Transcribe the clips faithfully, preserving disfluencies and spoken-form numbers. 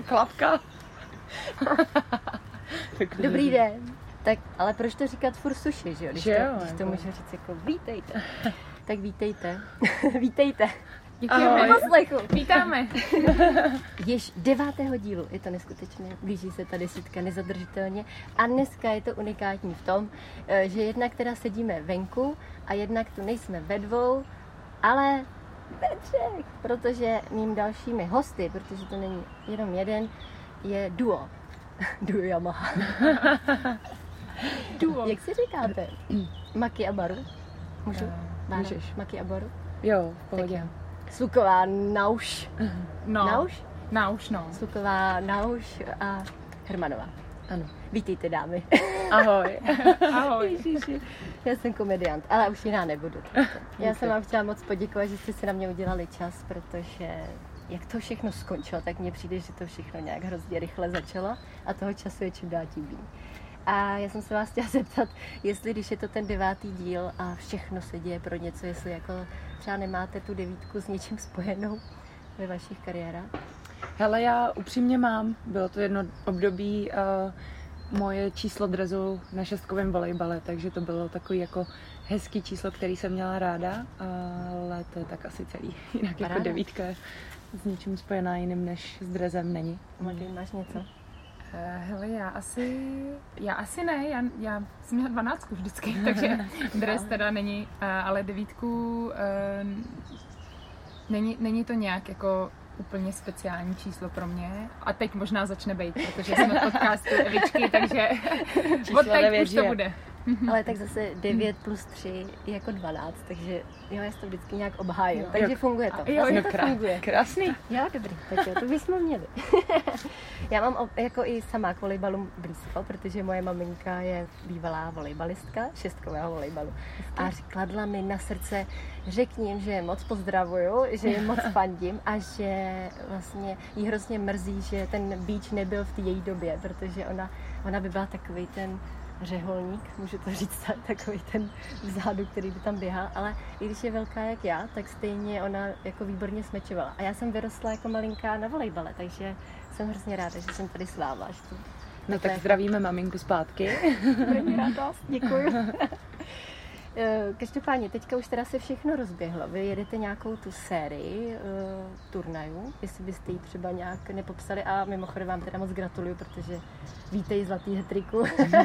klapka. Dobrý den. Tak, ale proč to říkat furt suši, že jo? Když, že to, jo, když to jako. můžu říct jako vítejte. Tak vítejte. Vítejte. Děkujeme. Poslechu. Vítáme. Již devátého dílu, je to neskutečné, blíží se ta desítka nezadržitelně a dneska je to unikátní v tom, že jednak teda sedíme venku a jednak tu nejsme ve dvou, ale ve třech, protože mým dalšími hosty, protože to není jenom jeden, je duo. Duo Yamaha. Duo. Jak si říkáte? Maki a Baru? Můžu? Uh, můžeš. Maki a Baru? Jo, v pohodě. Sluková Nauš. No. Nauš? Nauš, no. Sluková Nauš a Hermanová. Ano. Vítejte, dámy. Ahoj. Ahoj. Ježiši. Já jsem komediant, ale už jiná nebudu. Já jsem vám chtěla moc poděkovat, že jste si na mě udělali čas, protože jak to všechno skončilo, tak mně přijde, že to všechno nějak hrozně rychle začalo a toho času je čím dál tím víc. A já jsem se vás chtěla zeptat, jestli když je to ten devátý díl a všechno se děje pro něco, jestli jako třeba nemáte tu devítku s něčím spojenou ve vašich kariérách? Hele, já upřímně mám. Bylo to jedno období uh, moje číslo drezu na šestkovém volejbale, takže to bylo takový jako hezký číslo, který jsem měla ráda, ale to je tak asi celý. Jinak Paráda. jako devítka s ničím spojená jiným než s drezem není. Martin, máš něco? Uh, hele, já asi, já asi ne, já, já jsem měla dvanáctku vždycky, takže dres teda není, uh, ale devítku uh, není, není to nějak jako úplně speciální číslo pro mě. A teď možná začne být, protože jsme v podcastu Evičky, takže od teď už to bude. Ale tak zase devět plus tři je jako dvanáct, takže jo, já si to vždycky nějak obhájím, Jo. takže Jo. funguje to. Jo, Vlastně No, to krá- funguje. krásný. Jo, dobrý, tak jo, to bychom měli. Já mám o- jako i sama k volejbalu blízko, protože moje maminka je bývalá volejbalistka šestkového volejbalu. A kladla mi na srdce, řekni jim, že je moc pozdravuju, že je moc fandím a že vlastně jí hrozně mrzí, že ten beach nebyl v té její době, protože ona, ona by byla takovej ten řeholník, můžu to říct, takový ten vzadu, který by tam běhal, ale i když je velká jak já, tak stejně ona jako výborně smečovala. A já jsem vyrostla jako malinká na volejbale, takže jsem hrozně ráda, že jsem tady s váma. Že to, No tak zdravíme maminku zpátky. první radost, děkuju. Každopádně, teďka už teda se všechno rozběhlo. Vy jedete nějakou tu sérii uh, turnajů, jestli byste ji třeba nějak nepopsali a mimochodem vám teda moc gratuluju, protože vítej zlatý hetriku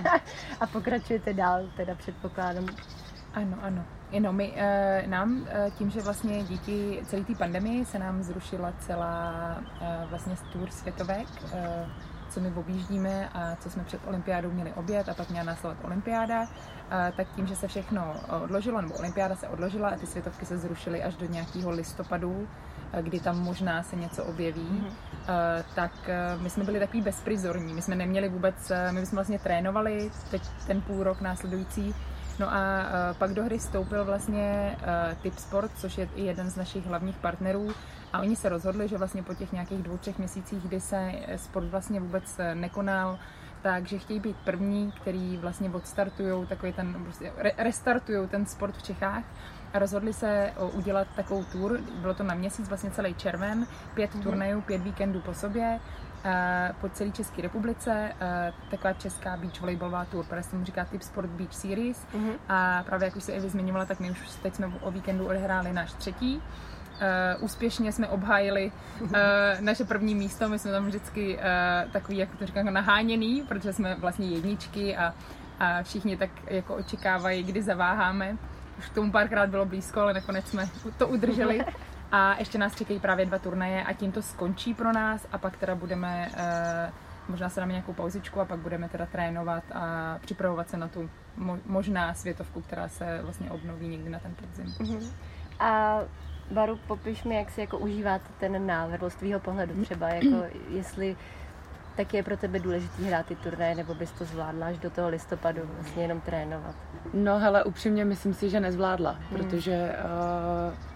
a pokračujete dál, teda předpokládám. Ano, ano. No, my, e, nám e, tím, že vlastně díky celé té pandemii se nám zrušila celá e, vlastně tour světovek, e, co my objíždíme a co jsme před olympiádou měli oběd a pak měla následovat olympiáda, e, tak tím, že se všechno odložilo, nebo olympiáda se odložila a ty světovky se zrušily až do nějakého listopadu, e, kdy tam možná se něco objeví, mm-hmm. e, tak e, my jsme byli takový bezprizorní, my jsme neměli vůbec, my jsme vlastně trénovali teď ten půl rok následující. No a uh, pak do hry vstoupil vlastně uh, Tipsport, což je i jeden z našich hlavních partnerů a oni se rozhodli, že vlastně po těch nějakých dvou, třech měsících, kdy se sport vlastně vůbec nekonal, takže chtějí být první, který vlastně odstartujou takový ten, prostě re- restartujou ten sport v Čechách a rozhodli se uh, udělat takovou tour, bylo to na měsíc, vlastně celý červen, pět mm-hmm. turnajů, pět víkendů po sobě, po celé České republice, taková česká beach volejbalová tour, která se tomu říká Tipsport Beach Series. Mm-hmm. A právě jak už se Evi zmiňovala, tak my už teď jsme o víkendu odehráli náš třetí. Uh, úspěšně jsme obhájili uh, naše první místo, my jsme tam vždycky uh, takový, jak to říkám, naháněný, protože jsme vlastně jedničky a, a všichni tak jako očekávají, kdy zaváháme. Už k tomu párkrát bylo blízko, ale nakonec jsme to udrželi. A ještě nás čekají právě dva turnaje a tím to skončí pro nás a pak teda budeme, eh, možná se dáme nějakou pauzičku a pak budeme teda trénovat a připravovat se na tu mo- možná světovku, která se vlastně obnoví někdy na ten podzim. Uh-huh. A Baru, popiš mi, jak si jako užíváte ten návrat z tvýho pohledu třeba, jako jestli tak je pro tebe důležitý hrát ty turnaje, nebo bys to zvládla až do toho listopadu vlastně jenom trénovat? No hele, upřímně myslím si, že nezvládla, hmm. protože uh,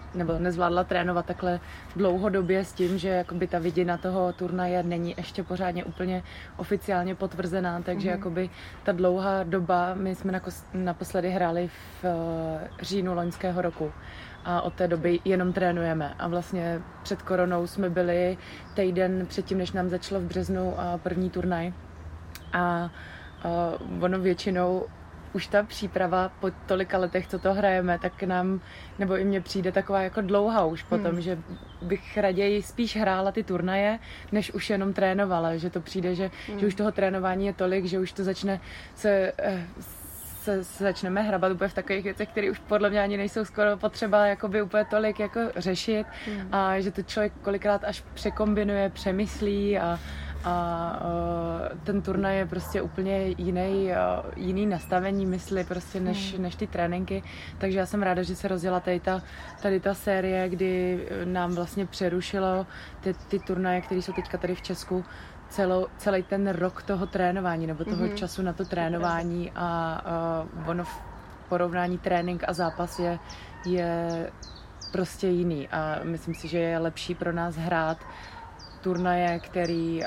nebo nezvládla trénovat takhle dlouhodobě s tím, že jakoby ta vidina toho turnaje není ještě pořádně úplně oficiálně potvrzená, takže mm. jakoby ta dlouhá doba, my jsme naposledy hráli v uh, říjnu loňského roku a od té doby jenom trénujeme a vlastně před koronou jsme byli týden předtím, než nám začalo v březnu uh, první turnaj a uh, ono většinou už ta příprava po tolika letech, co to hrajeme, tak nám, nebo i mně přijde taková jako dlouhá už potom, hmm. že bych raději spíš hrála ty turnaje, než už jenom trénovala, že to přijde, že, hmm. že už toho trénování je tolik, že už to začne se, se, se začneme hrabat úplně v takových věcech, které už podle mě ani nejsou skoro potřeba jakoby úplně tolik jako řešit hmm. a že to člověk kolikrát až překombinuje, přemyslí a a uh, ten turnaj je prostě úplně jiný, uh, jiný nastavení mysli prostě než, hmm. než ty tréninky, takže já jsem ráda, že se rozjela tady ta, tady ta série, kdy nám vlastně přerušilo ty, ty turnaje, které jsou teďka tady v Česku, celou, celý ten rok toho trénování nebo toho hmm. času na to trénování a uh, ono v porovnání trénink a zápas je, je prostě jiný a myslím si, že je lepší pro nás hrát turnaje, který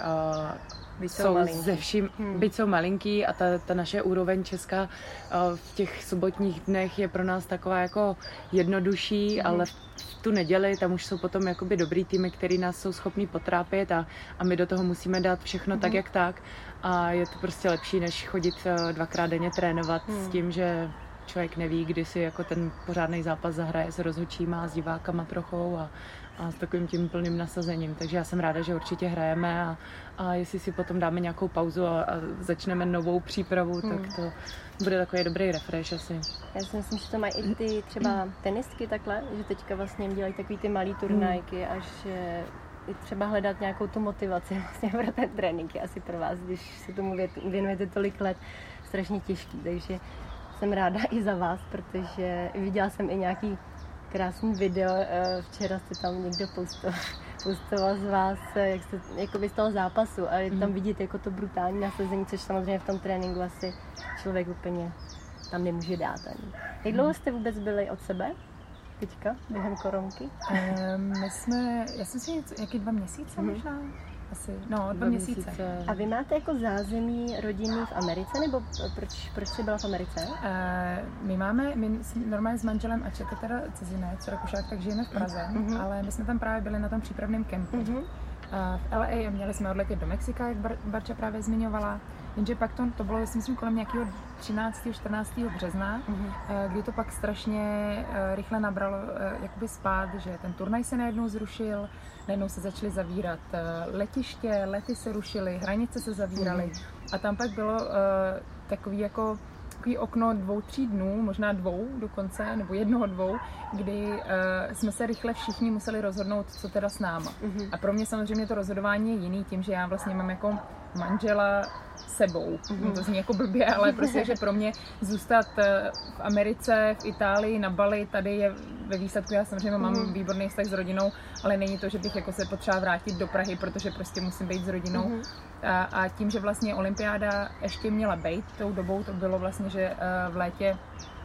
uh, jsou malinký. ze vším, hmm. byť jsou malinký a ta, ta naše úroveň česká uh, v těch sobotních dnech je pro nás taková jako jednodušší, hmm. ale v, v tu neděli tam už jsou potom jakoby dobrý týmy, který nás jsou schopní potrápit a, a my do toho musíme dát všechno hmm. tak, jak tak a je to prostě lepší, než chodit uh, dvakrát denně trénovat hmm. s tím, že člověk neví, kdy si jako ten pořádný zápas zahraje s rozhodčíma, s divákama trochou a, a s takovým tím plným nasazením. Takže já jsem ráda, že určitě hrajeme a, a jestli si potom dáme nějakou pauzu a, a začneme novou přípravu, hmm. tak to bude takový dobrý refresh asi. Já si myslím, že to mají i ty třeba tenistky takhle, že teďka vlastně dělají takový ty malý turnajky hmm. a že i třeba hledat nějakou tu motivaci vlastně pro ten trénink je asi pro vás, když se tomu věnujete tolik let, strašně těžký, takže jsem ráda i za vás, protože viděla jsem i nějaký krásný video, včera jste tam někdo postoval, postoval z vás, jak jste, jakoby z toho zápasu a je tam mm. vidět jako to brutální nasazení, což samozřejmě v tom tréninku asi člověk úplně tam nemůže dát ani. Jak dlouho jste vůbec byli od sebe teďka, během koronky? Um, my jsme, já jsem si něco, jaký dva měsíce mm. možná? Asi, no, dva, dva měsíce. měsíce. A vy máte jako zázemí rodiny v Americe, nebo proč, proč jsi byla v Americe? Uh, my máme, my normálně s manželem a Ček je teda cizinec, Rakušák, tak žijeme v Praze, mm-hmm. ale my jsme tam právě byli na tom přípravném kempu. Mm-hmm. Uh, v L A měli jsme odletět do Mexika, jak Bar- Barča právě zmiňovala, jenže pak to, to bylo, myslím, kolem nějakého třináctého čtrnáctého března, mm-hmm. uh, kdy to pak strašně uh, rychle nabralo uh, jakoby spát, že ten turnaj se najednou zrušil, najednou se začaly zavírat letiště, lety se rušily, hranice se zavíraly mm. a tam pak bylo uh, takový jako takový okno dvou, tří dnů, možná dvou dokonce, nebo jednoho dvou, kdy uh, jsme se rychle všichni museli rozhodnout, co teda s náma. Mm-hmm. A pro mě samozřejmě to rozhodování je jiný tím, že já vlastně mám jako manžela sebou. Mm-hmm. To zní jako blbě, ale prostě, že pro mě zůstat v Americe, v Itálii, na Bali, tady je ve výsledku, já samozřejmě mám mm-hmm. výborný vztah s rodinou, ale není to, že bych jako se potřeba vrátit do Prahy, protože prostě musím být s rodinou. Mm-hmm. A, a tím, že vlastně olympiáda ještě měla být tou dobou, to bylo vlastně, že uh, v létě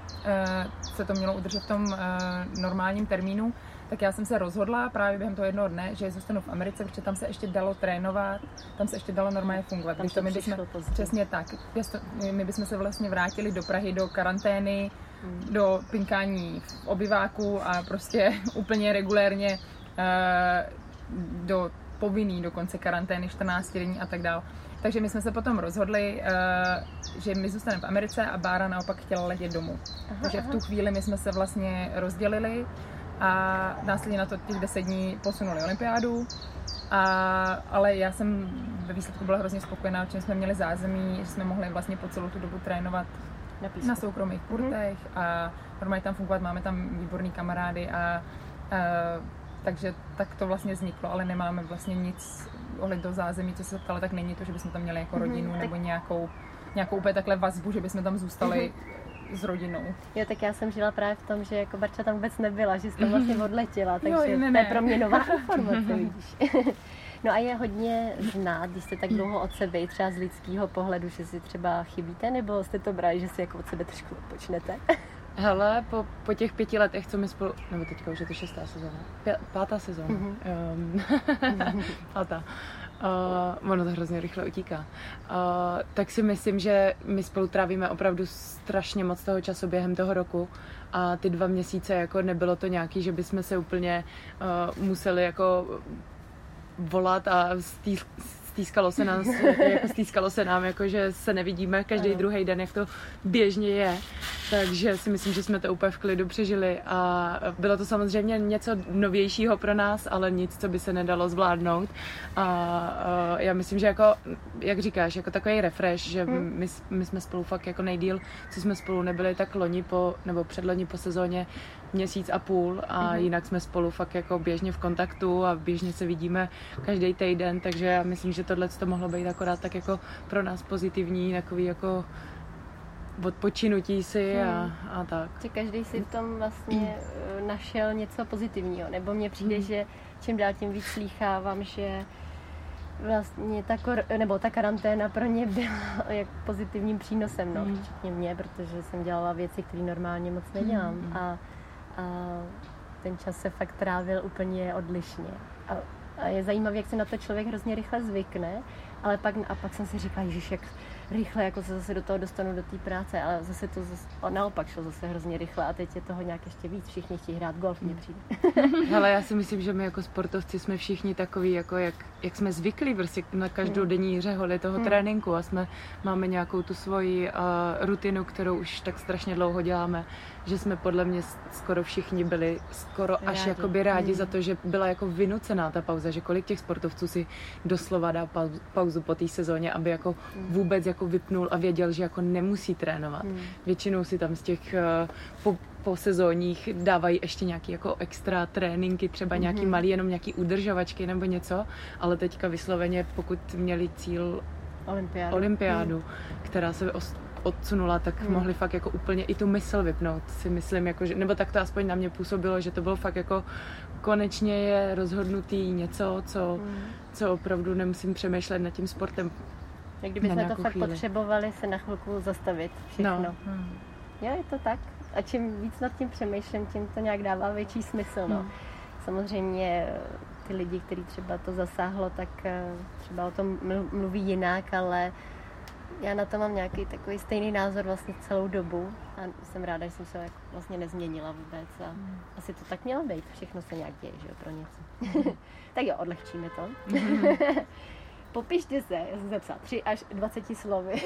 uh, se to mělo udržet v tom uh, normálním termínu, tak já jsem se rozhodla právě během toho jednoho dne, že zůstanu v Americe, protože tam se ještě dalo trénovat, tam se ještě dalo normálně fungovat. Tam Když to my bychom, přesně tak, my bychom se vlastně vrátili do Prahy, do karantény, hmm. do pinkání v obyváku a prostě úplně regulérně uh, do povinný dokonce karantény čtrnáct dní a tak dál. Takže my jsme se potom rozhodli, uh, že my zůstaneme v Americe a Bára naopak chtěla letět domů. Aha, Takže aha. v tu chvíli my jsme se vlastně rozdělili a následně na to těch deset dní posunuli olympiádu. A, ale já jsem ve výsledku byla hrozně spokojená, čím jsme měli zázemí, že jsme mohli vlastně po celou tu dobu trénovat na, na soukromých kurtech mm-hmm. a normálně tam fungovat, máme tam výborný kamarády a, a takže tak to vlastně vzniklo, ale nemáme vlastně nic ohledně toho zázemí, co se ptala, tak není to, že bychom tam měli jako rodinu mm-hmm. nebo nějakou, nějakou úplně takhle vazbu, že bychom tam zůstali mm-hmm. s rodinou. Jo, tak já jsem žila právě v tom, že jako Barča tam vůbec nebyla, že jsi tam vlastně odletěla, takže jo, ne, ne. to je pro mě nová informace, vidíš. No a je hodně znát, když jste tak dlouho od sebe, třeba z lidského pohledu, že si třeba chybíte, nebo jste to brali, že si jako od sebe trošku odpočnete? Hele, po, po těch pěti letech, co my spolu, nebo teďka už je to šestá sezóna, Pě, pátá sezóna, mm-hmm. um, pátá, uh, ono to hrozně rychle utíká, uh, tak si myslím, že my spolu trávíme opravdu strašně moc toho času během toho roku a ty dva měsíce jako nebylo to nějaký, že bychom se úplně uh, museli jako volat a stý, stýskalo se nám, jako stýskalo se nám, jako že se nevidíme každý druhý den, jak to běžně je. Takže si myslím, že jsme to úplně v klidu přežili a bylo to samozřejmě něco novějšího pro nás, ale nic, co by se nedalo zvládnout. A, a já myslím, že jako, jak říkáš, jako takový refresh, že my, my jsme spolu fakt jako nejdýl, co jsme spolu nebyli, tak loni po, nebo předloni po sezóně měsíc a půl a mm-hmm. jinak jsme spolu fakt jako běžně v kontaktu a běžně se vidíme každý týden, takže já myslím, že tohle to mohlo být akorát tak jako pro nás pozitivní, takový jako odpočinutí si a, hmm. a tak. Že každý si v tom vlastně našel něco pozitivního, nebo mně přijde, hmm. že čím dál tím víc slýchávám, že vlastně ta, kor- nebo ta karanténa pro ně byla jak pozitivním přínosem, no, hmm. včetně mě, protože jsem dělala věci, které normálně moc nedělám hmm. a, a ten čas se fakt trávil úplně odlišně. A, a je zajímavé, jak se na to člověk hrozně rychle zvykne, ale pak, a pak jsem si říkala, ježiš, jak rychle jako se zase do toho dostanu do té práce, ale zase to zase, naopak šlo zase hrozně rychle a teď je toho nějak ještě víc, všichni chtějí hrát golf, mně přijde. Hele, já si myslím, že my jako sportovci jsme všichni takový, jako jak, jak jsme zvyklí prostě na každodenní řeholi toho hmm. tréninku a jsme, máme nějakou tu svoji uh, rutinu, kterou už tak strašně dlouho děláme, že jsme podle mě skoro všichni byli skoro rádi. až jakoby rádi hmm. za to, že byla jako vynucená ta pauza, že kolik těch sportovců si doslova dá pauzu po té sezóně, aby jako hmm. vůbec jako vypnul a věděl, že jako nemusí trénovat. Hmm. Většinou si tam z těch uh, po, po sezóních dávají ještě nějaký jako extra tréninky, třeba hmm. nějaký malý, jenom nějaký udržovačky nebo něco, ale teďka vysloveně, pokud měli cíl olympiádu, olympiádu hmm. která se odsunula, tak hmm. mohli fakt jako úplně i tu mysl vypnout, si myslím, jako, že, nebo tak to aspoň na mě působilo, že to bylo fakt jako konečně je rozhodnutý něco, co, hmm. co opravdu nemusím přemýšlet nad tím sportem. Jak kdybychom to fakt chvíli. potřebovali se na chvilku zastavit všechno. No. Hmm. Jo, je to tak. A čím víc nad tím přemýšlím, tím to nějak dává větší smysl. No. Hmm. Samozřejmě ty lidi, kteří třeba to zasáhlo, tak třeba o tom mluví jinak, ale já na to mám nějaký takový stejný názor vlastně celou dobu a jsem ráda, že jsem se jako vlastně nezměnila vůbec a hmm. asi to tak mělo být. Všechno se nějak děje, že jo, pro něco. Tak jo, odlehčíme to. Hmm. Popište se, já jsem zapsala tři až dvaceti slovy.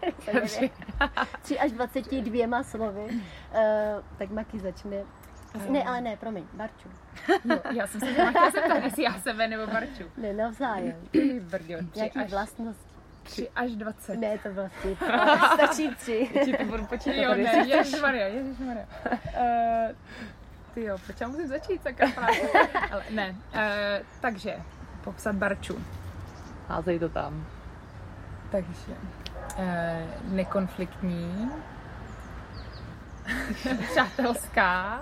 tři až dvaceti dvěma slovy. Uh, tak Maki začne. Um. Ne, ale ne, promiň, Barču. Jo, já jsem se chtěla zeptat, jestli já sebe nebo Barču. Ne, navzájem. Brdio, nějaký až... vlastnosti. tři až dvacet. Ne, to bylo tři. Stačí tři. Ti to budu počítat. Jo, ne, ježišmarja, ježišmarja. Uh, ty jo, proč já musím začít, sakra právě. Ale ne, uh, takže popsat Barču. Házej to tam. Takže eh, nekonfliktní, přátelská.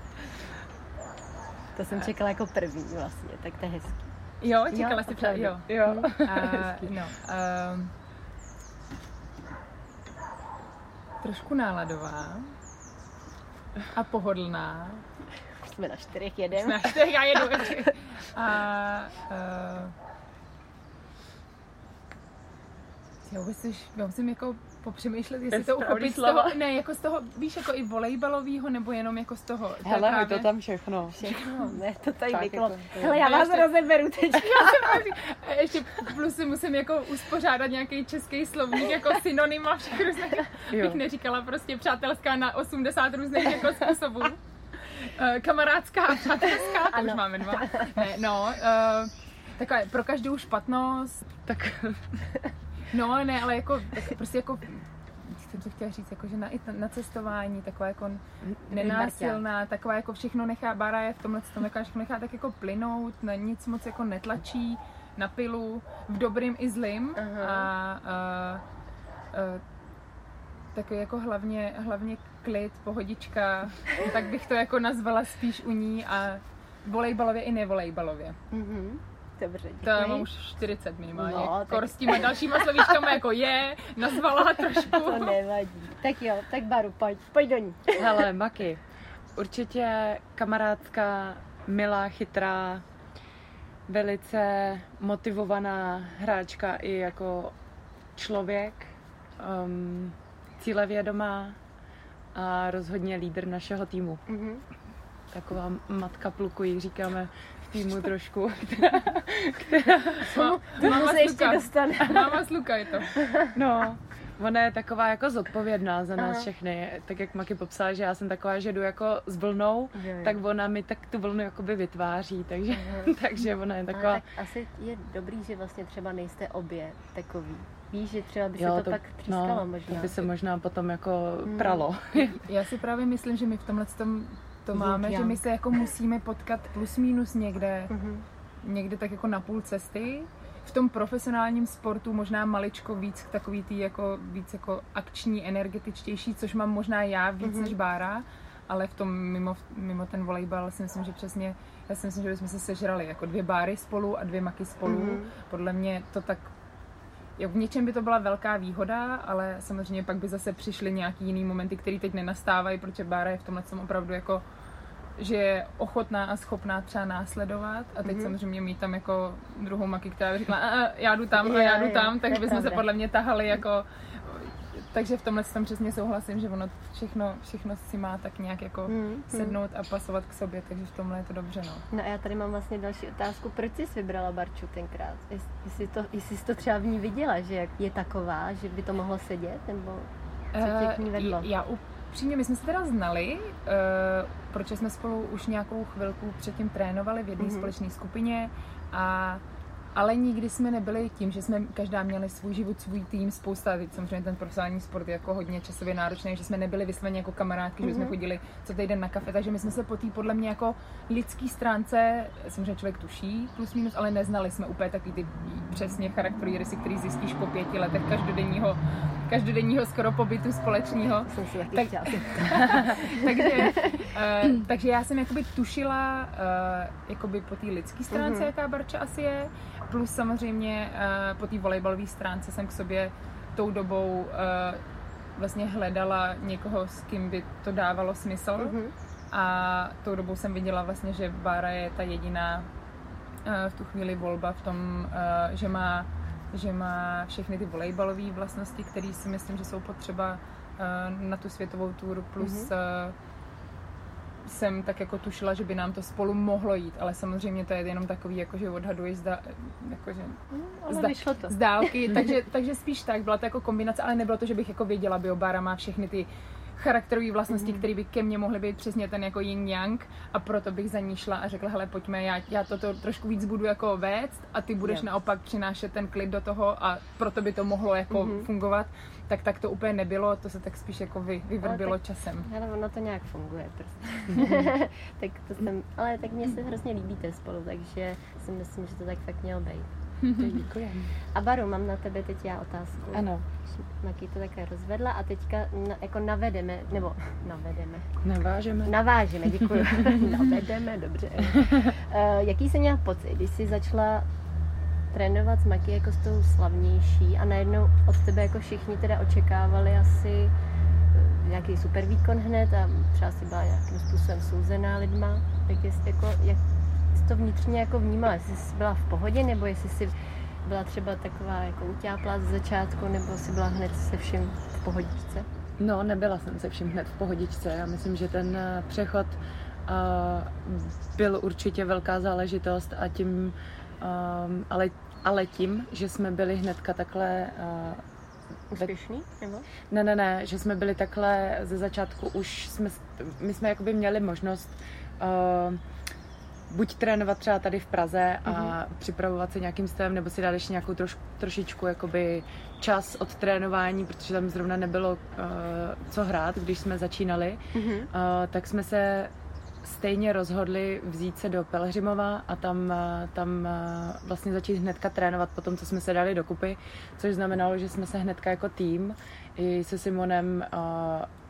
To jsem čekala jako první vlastně, tak to je hezký. Jo, čekala jsi přát, jo. jo. A, no, a, trošku náladová a pohodlná. Už jsme na čtyřech jedem. Jsme na čtyřech, já jedu. A, a já vůbec už, já musím jako popřemýšlet, jestli to uchopit z toho, ne, jako z toho, víš, jako i volejbalovýho, nebo jenom jako z toho. To hele, právě... mi to tam všechno. Všechno, ne, to tady vyklo. Jako, hele, já vás ještě... rozeberu teď. A ještě plus si musím jako uspořádat nějaký český slovník, jako synonyma, všechno bych neříkala prostě přátelská na osmdesát různých jako způsobů. Uh, kamarádská a přátelská, to ano. Už máme dva. Ne, no, uh, takové pro každou špatnost, tak... No, ne, ale jako, tak prostě jako, jsem to chtěla říct, jako, že na, na cestování, taková jako nenásilná, taková jako všechno nechá, Bára je v tomhle tom, jako všechno nechá tak jako plynout, na nic moc jako netlačí, na pilu, v dobrým i zlým. Uh-huh. A, a, a takový jako hlavně, hlavně klid, pohodička, tak bych to jako nazvala spíš u ní a volejbalově i nevolejbalově. Uh-huh. Dobře, děkuji. To já mám už čtyřicet minimálně. No, tak... Kor s těma dalšíma slovíčkama jako je, nazvala trošku. To nevadí. Tak jo, tak Baru, pojď, pojď do ní. Hele, Maki, určitě kamarádka, milá, chytrá, velice motivovaná hráčka i jako člověk, um, cílevědomá a rozhodně lídr našeho týmu. Mm-hmm. Taková matka pluku, jí říkáme v týmu trošku, která... která Má, máma se ještě dostane. Máma sluka je to. No, ona je taková jako zodpovědná za nás Aha. všechny. Tak jak Maki popsala, že já jsem taková, že jdu jako s vlnou, Jo, jo. tak ona mi tak tu vlnu jakoby vytváří, takže, takže ona je taková... Ale tak asi je dobrý, že vlastně třeba nejste obě takový. Víš, že třeba by se Jo, to, to pak přiskalo no, možná. To by se možná potom jako Hmm. pralo. Já si právě myslím, že my v tomhle tom to Yin máme, yang. že my se jako musíme potkat plus minus někde, Mhm. někde tak jako na půl cesty. V tom profesionálním sportu možná maličko víc takový tý jako víc jako akční, energetičtější, což mám možná já víc Mhm. než Bára, ale v tom mimo, mimo ten volejbal si myslím, že přesně, já si myslím, že bychom se sežrali jako dvě Báry spolu a dvě Maky spolu. Mhm. Podle mě to tak jo, v něčem by to byla velká výhoda, ale samozřejmě pak by zase přišly nějaký jiný momenty, které teď nenastávají, protože Bára je v tomhle tom opravdu jako, že je ochotná a schopná třeba následovat a teď Mhm. samozřejmě mít tam jako druhou Maki, která by řekla, a, a, já jdu tam a Jo, já jdu jo, tam, to tak je bychom se pravda. podle mě tahali jako, takže v tomhle tom přesně souhlasím, že ono všechno, všechno si má tak nějak jako Mhm. sednout a pasovat k sobě, takže v tomhle je to dobře, no. No a já tady mám vlastně další otázku. Proč jsi vybrala Barču tenkrát? Jest- Jestli, to, jestli jsi to třeba v ní viděla, že jak je taková, že by to mohlo sedět, nebo co tě k ní vedlo? Eh, Já upřímně, my jsme se teda znali, uh, protože jsme spolu už nějakou chvilku předtím trénovali v jedné Mhm. společné skupině, a, ale nikdy jsme nebyli tím, že jsme každá měli svůj život, svůj tým, spousta, teď samozřejmě ten profesionální sport je jako hodně časově náročný, že jsme nebyli vysloveně jako kamarádky, že jsme Mhm. chodili co týden na kafe, takže my jsme se po té podle mě jako lidský stránce, samozřejmě člověk tuší plus minus, ale neznali jsme úplně taky ty přesně charakterový rysy, který zjistíš po pěti letech každodenního, každodenního skoro pobytu společného. Jsem si taky Tak- chtěla. takže, uh, takže já jsem jakoby tušila uh, jakoby po té lidské stránce, Mhm. jaká Barča asi je, plus samozřejmě uh, po té volejbalové stránce jsem k sobě tou dobou uh, vlastně hledala někoho, s kým by to dávalo smysl. Mhm. A tou dobou jsem viděla vlastně, že Bára je ta jediná uh, v tu chvíli volba v tom, uh, že má že má všechny ty volejbalové vlastnosti, které si myslím, že jsou potřeba uh, na tu světovou túru, plus mm-hmm. uh, jsem tak jako tušila, že by nám to spolu mohlo jít, ale samozřejmě to je jenom takový, jako že odhaduješ zda, jakože, Mm, ale zda, vyšlo to. z dálky, takže, takže spíš tak, byla to jako kombinace, ale nebylo to, že bych jako věděla, že Bára má všechny ty charakterové vlastnosti, Mhm. které by ke mně mohly být přesně ten jako yin yang, a proto bych za ní šla a řekla, hele, pojďme, já, já toto trošku víc budu jako vést a ty budeš Jo. naopak přinášet ten klid do toho a proto by to mohlo jako Mhm. fungovat. Tak tak to úplně nebylo, to se tak spíš jako vy, vyvrbilo Ale tak- časem. Ale ono to nějak funguje prostě. tak to jsem, ale tak mně se hrozně líbíte spolu, takže si myslím, že to tak fakt mělo být. Děkujem. A Baru, mám na tebe teď já otázku. Ano, Maki to také rozvedla a teďka na, jako navedeme, nebo navedeme, navážeme. navážeme, děkuji. navedeme, dobře. Uh, jaký jsi měla pocit, když jsi začala trénovat s Maki jako s tou slavnější a najednou od tebe jako všichni teda očekávali asi eh, nějaký super výkon hned a třeba si byla nějakým způsobem souzená lidma, tak jestli jako, jak jsi to vnitřně jako vnímala, jestli jsi byla v pohodě nebo jestli jsi byla třeba taková jako utáplá ze začátku nebo jsi byla hned se vším v pohodičce? No, nebyla jsem se vším hned v pohodičce. Já myslím, že ten eh, přechod uh, byl určitě velká záležitost a tím, um, ale, ale tím, že jsme byli hnedka takhle uh, Úspěšný? Nebo? Ne, ne, ne, že jsme byli takhle ze začátku, už jsme, my jsme jakoby měli možnost uh, buď trénovat třeba tady v Praze a Mhm. připravovat se nějakým stylem, nebo si dát ještě nějakou troš, trošičku jakoby čas od trénování, protože tam zrovna nebylo uh, co hrát, když jsme začínali, Mhm. uh, tak jsme se stejně rozhodli vzít se do Pelhřimova a tam, uh, tam uh, vlastně začít hnedka trénovat po tom, co jsme se dali dokupy, což znamenalo, že jsme se hnedka jako tým i se Simonem uh,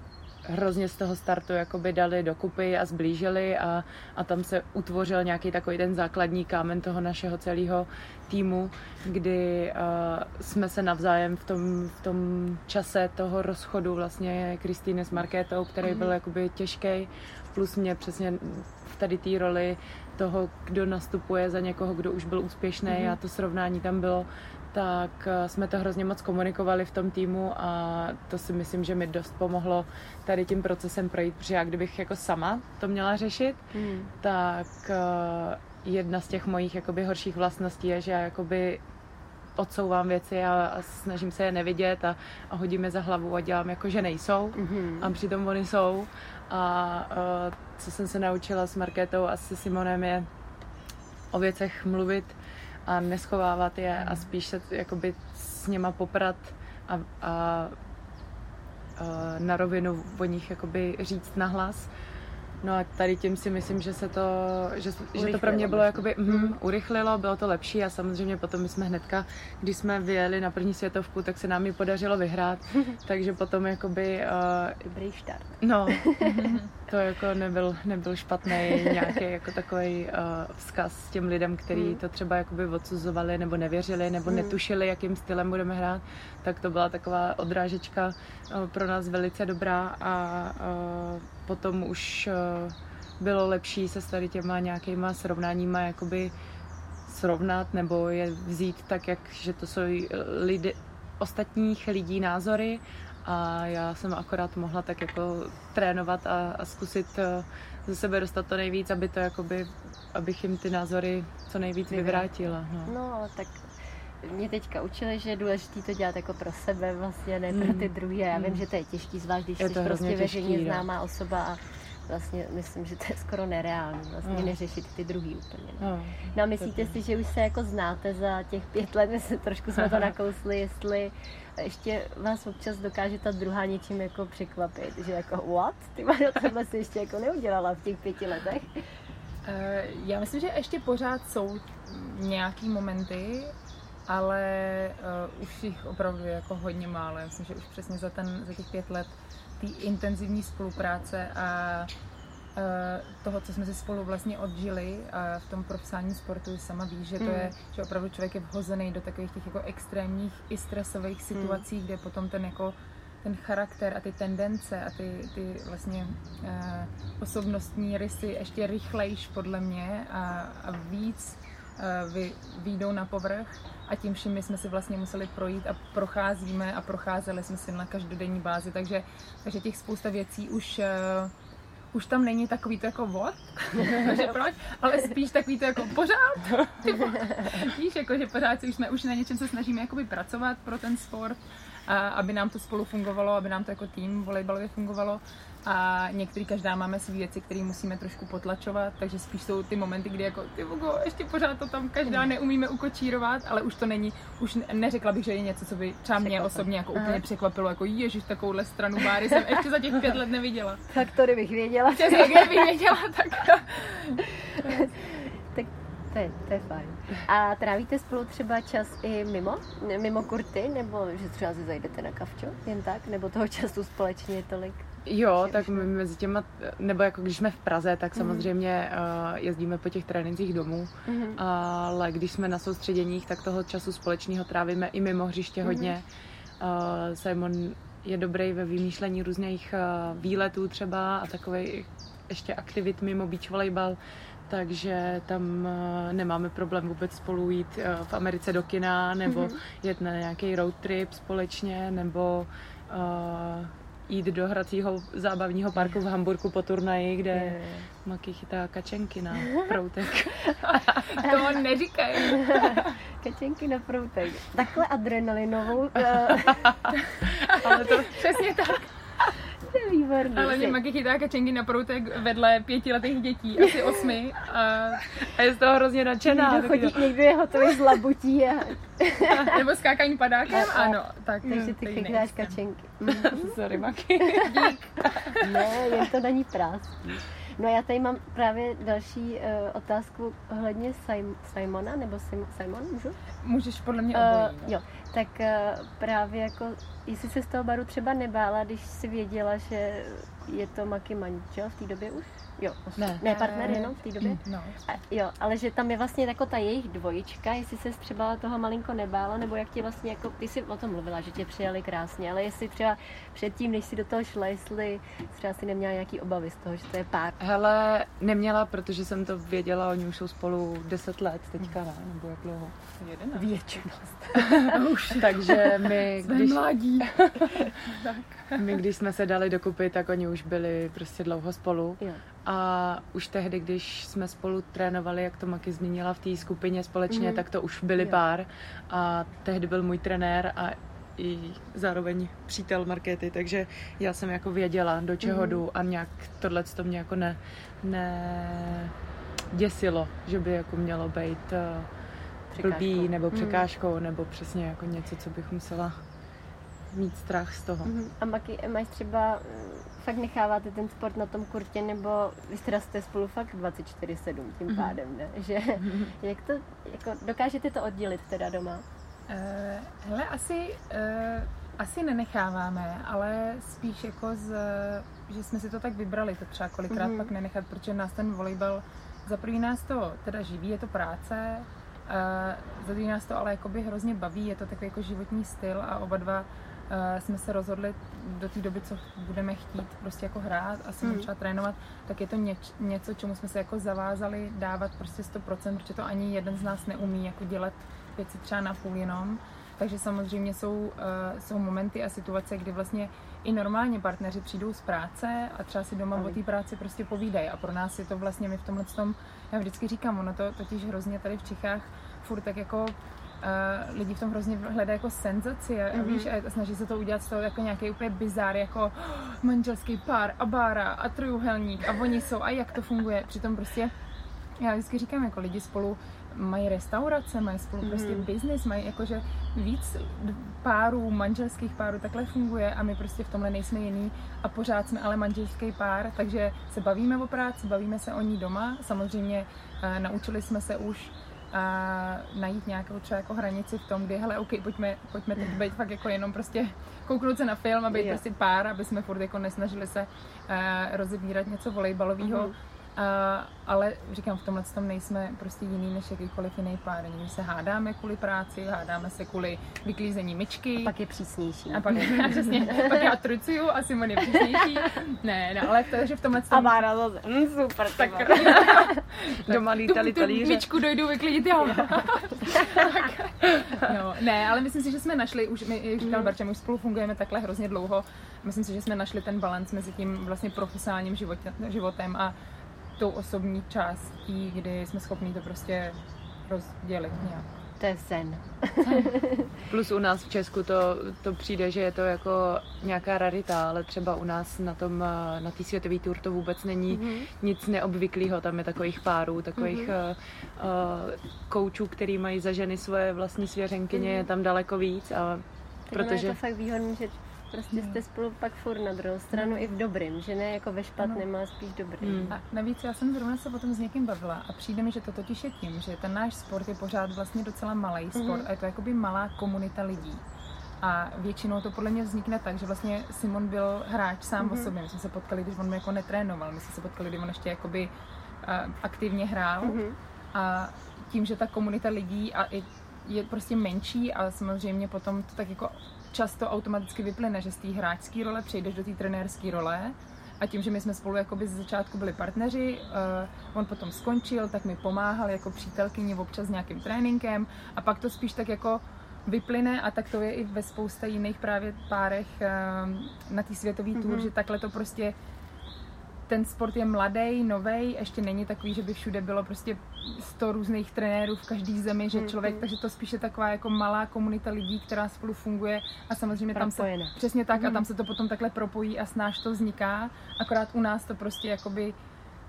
hrozně z toho startu jakoby dali dokupy a zblížili a, a tam se utvořil nějaký takový ten základní kámen toho našeho celého týmu, kdy uh, jsme se navzájem v tom, v tom čase toho rozchodu vlastně Kristýny s Markétou, který mm-hmm. byl jakoby těžký, plus mě přesně v tady té roli toho, kdo nastupuje za někoho, kdo už byl úspěšný mm-hmm. a to srovnání tam bylo, tak jsme to hrozně moc komunikovali v tom týmu a to si myslím, že mi dost pomohlo tady tím procesem projít, protože já kdybych jako sama to měla řešit, mm. tak jedna z těch mojich jakoby horších vlastností je, že já jakoby odsouvám věci a, a snažím se je nevidět a, a hodím je za hlavu a dělám jako, že nejsou mm-hmm. a přitom oni jsou a, a co jsem se naučila s Markétou a se Simonem je o věcech mluvit a neschovávat je a spíš se jakoby s něma poprat a, a, a na rovinu o nich jakoby říct nahlas. No a tady tím si myslím, že se to, že, že to pro mě bylo jakoby mm, urychlilo, bylo to lepší a samozřejmě potom my jsme hnedka, když jsme vyjeli na první světovku, tak se nám ji podařilo vyhrát, takže potom jakoby... Uh, Dobrý štart. No, to jako nebyl, nebyl špatný nějaký jako takový uh, vzkaz těm lidem, kteří to třeba jakoby odsuzovali nebo nevěřili nebo netušili, jakým stylem budeme hrát, tak to byla taková odrážečka uh, pro nás velice dobrá a uh, potom už uh, bylo lepší se s tady těma nějakýma srovnáníma jakoby srovnat nebo je vzít tak, jak, že to jsou lidi, ostatních lidí názory a já jsem akorát mohla tak jako trénovat a, a zkusit uh, ze sebe dostat to nejvíc, aby to jakoby, abych jim ty názory co nejvíc vyvrátila. No, no tak mě teďka učili, že je důležité to dělat jako pro sebe, vlastně ne pro ty druhé. Já vím, že to je těžký, zvlášť když jsi prostě veřejně známá osoba a vlastně myslím, že to je skoro nereálné, vlastně no. neřešit ty druhý úplně. No, no, no a myslíte si, že už se jako znáte za těch pět let, my se trošku jsme to nakousli, jestli ještě vás občas dokáže ta druhá něčím jako překvapit, že jako what? Ty Mario, tohle si ještě jako neudělala v těch pěti letech? Já myslím, že ještě pořád jsou nějaký momenty, ale uh, už jich opravdu je jako hodně málo. Já myslím, že už přesně za, ten, za těch pět let té intenzivní spolupráce a uh, toho, co jsme si spolu vlastně odžili a v tom profesionálním sportu sama víš, že to je, že opravdu člověk je vhozený do takových těch jako extrémních i stresových situací, mm. kde potom ten jako ten charakter a ty tendence a ty, ty vlastně uh, osobnostní rysy ještě rychlejš podle mě a, a víc Vy, výjdou na povrch a tím vším my jsme si vlastně museli projít a procházíme a procházeli jsme si na každodenní bázi, takže, takže těch spousta věcí už, uh, už tam není takový to jako what, že proč, ale spíš takový to jako pořád, víš, jako že pořád si už jsme už na něčem se snažíme jakoby pracovat pro ten sport, a aby nám to spolu fungovalo, aby nám to jako tým volejbalově fungovalo. A některý každá máme své věci, které musíme trošku potlačovat, takže spíš jsou ty momenty, kdy jako ty vogo, ještě pořád to tam každá neumíme ukočírovat, ale už to není, už neřekla bych, že je něco, co by třeba mě osobně jako úplně překvapilo, jako ježiš, takovouhle stranu báry jsem ještě za těch pět let neviděla. Tak to kdybych věděla. Přesně, kdybych věděla, tak tak to je, to je fajn. A trávíte spolu třeba čas i mimo, mimo kurty, nebo že třeba si zajdete na kavčo, jen tak, nebo toho času společně tolik? Jo, tak my mezi těma, nebo jako když jsme v Praze, tak samozřejmě uh, jezdíme po těch trénincích domů, mm-hmm. ale když jsme na soustředěních, tak toho času společného trávíme i mimo hřiště mm-hmm. hodně. Uh, Simon je dobrý ve vymýšlení různých uh, výletů třeba a takovej ještě aktivit mimo beach volejbal, takže tam uh, nemáme problém vůbec spolu jít uh, v Americe do kina, nebo mm-hmm. jet na nějaký road trip společně, nebo uh, jít do hracího zábavního parku v Hamburku po turnaji, kde je. Maki chytá kačenky na proutek. To on neříkej. Kačenky na proutek. Takhle adrenalinovou. Ale to přesně tak. To je výborný. Ale mě Maki chytá kačenky na proutek vedle pětiletých dětí, asi osmi. A, a je z toho hrozně nadšená. Někdo, chodí, to... někdo je hotový z labutí. A... Nebo skákání padákem, a, ano. Tak, takže ty chytáš kačenky. Sorry, Maki. Dík. Ne, jen to na ní práský. No já tady mám právě další uh, otázku ohledně Sim- Simona, nebo Sim- Simon, můžu? Můžeš podle mě obojí. Uh, jo, tak právě jako, jestli se z toho baru třeba nebála, když si věděla, že je to Maki manžel v té době už? Jo, ne. ne partner jenom v té době? No. A, jo, ale že tam je vlastně jako ta jejich dvojička, jestli se třeba toho malinko nebála, nebo jak tě vlastně, jako ty jsi o tom mluvila, že tě přijali krásně, ale jestli třeba předtím, než si do toho šla, jestli třeba si neměla nějaký obavy z toho, že to je pár. Hele, neměla, protože jsem to věděla, oni už jsou spolu deset let teďka, ne? Nebo jak dlouho? Jedenáct. Většinu. Takže my, když, mládí. my, když jsme se dali dokupy, tak oni už byli prostě dlouho spolu. Jo. A už tehdy, když jsme spolu trénovali, jak to Maki zmínila v té skupině společně, mm-hmm. tak to už byli jo. pár. A tehdy byl můj trenér a i zároveň přítel Markéty, takže já jsem jako věděla, do čeho mm-hmm. jdu a nějak tohleto mě jako ne, ne děsilo, že by jako mělo být uh, blbý nebo překážkou, mm. nebo přesně jako něco, co bych musela mít strach z toho. Mm-hmm. A Maki, máš třeba, fakt necháváte ten sport na tom kurtě, nebo vy teda jste spolu fakt dvacet čtyři sedm tím mm-hmm. pádem, ne? Že, mm-hmm. jak to, jako dokážete to oddělit teda doma? Uh, hele, asi, uh, asi nenecháváme, ale spíš jako z, že jsme si to tak vybrali, to třeba kolikrát mm-hmm. pak nenechat, protože nás ten volejbal, za první nás to teda živí, je to práce, uh, za druhý nás to ale jakoby hrozně baví, je to takový jako životní styl a oba dva uh, jsme se rozhodli do té doby, co budeme chtít prostě jako hrát a se mm. třeba trénovat, tak je to něč, něco, čemu jsme se jako zavázali dávat prostě sto procent, protože to ani jeden z nás neumí jako dělat věci třeba na půl jenom. Takže samozřejmě jsou, uh, jsou momenty a situace, kdy vlastně i normálně partneři přijdou z práce a třeba si doma o té práci prostě povídají. A pro nás je to vlastně, my v tomhle tom, já vždycky říkám, ono to totiž hrozně tady v Čechách furt tak jako uh, lidi v tom hrozně hledají jako senzaci a, mm-hmm. a víš, a snaží se to udělat z toho jako nějaký úplně bizár, jako oh, manželský pár a bára a trojuhelník a oni jsou a jak to funguje. Přitom prostě, já vždycky říkám, jako lidi spolu mají restaurace, mají spolu mm. prostě business, mají jakože víc párů, manželských párů, takhle funguje a my prostě v tomhle nejsme jiný a pořád jsme ale manželský pár, takže se bavíme o práci, bavíme se o ní doma, samozřejmě uh, naučili jsme se už uh, najít nějakou třeba jako hranici v tom, kdy hele, ok, pojďme, pojďme teď být fakt jako jenom prostě kouknout se na film a být yeah. prostě pár, aby jsme furt jako nesnažili se uh, rozebírat něco volejbalového. Mm. Uh, ale říkám, v tomhle tom nejsme prostě jiný než jakýkoliv jiný pár. Někdy se hádáme kvůli práci, hádáme se kvůli vyklízení myčky. A pak je přísnější. A pak, a přesně, pak já trucuju a Simon je přísnější. Ne, no, ale takže v tomhle tom... A Bára zase, mm, super. Tak, doma lítali talíře. Tu myčku dojdu vyklidit, jo. No, ne, ale myslím si, že jsme našli, už my, jak říkal Barča, my už spolu fungujeme takhle hrozně dlouho. Myslím si, že jsme našli ten balans mezi tím vlastně profesionálním životem, životem a tou osobní částí, kdy jsme schopni to prostě rozdělit nějak. To je sen. Plus u nás v Česku to, to přijde, že je to jako nějaká rarita, ale třeba u nás na tom, na té světové tour to vůbec není mm-hmm. nic neobvyklého. Tam je takových párů, takových mm-hmm. uh, koučů, který mají za ženy svoje vlastní svěřenkyně, mm-hmm. je tam daleko víc. A protože... je to fakt výhodný, že prostě jste spolu pak furt na druhou stranu mm. i v dobrým, že ne jako ve špatném, no. ale spíš dobrý. Mm. A navíc já jsem zrovna se potom s někým bavila a přijde mi, že to totiž je tím, že ten náš sport je pořád vlastně docela malý sport mm. a je to jakoby malá komunita lidí. A většinou to podle mě vznikne tak, že vlastně Simon byl hráč sám mm. o sobě. My jsme se potkali, když on jako netrénoval, my jsme se potkali, když on ještě jakoby uh, aktivně hrál. Mm. A tím, že ta komunita lidí a i je prostě menší a samozřejmě potom to tak jako často automaticky vyplyne, že z té hráčské role přejdeš do té trenérské role a tím, že my jsme spolu jakoby ze začátku byli partneři, uh, on potom skončil, tak mi pomáhal jako přítelkyni občas s nějakým tréninkem a pak to spíš tak jako vyplyne a tak to je i ve spousta jiných právě párech uh, na té světové mm-hmm. tour, že takhle to prostě ten sport je mladý, novej, ještě není takový, že by všude bylo prostě sto různých trenérů v každý zemi, že člověk, mm-hmm. takže to spíš je taková jako malá komunita lidí, která spolu funguje a samozřejmě tam se, přesně tak mm-hmm. a tam se to potom takhle propojí a snáš to vzniká, akorát u nás to prostě jakoby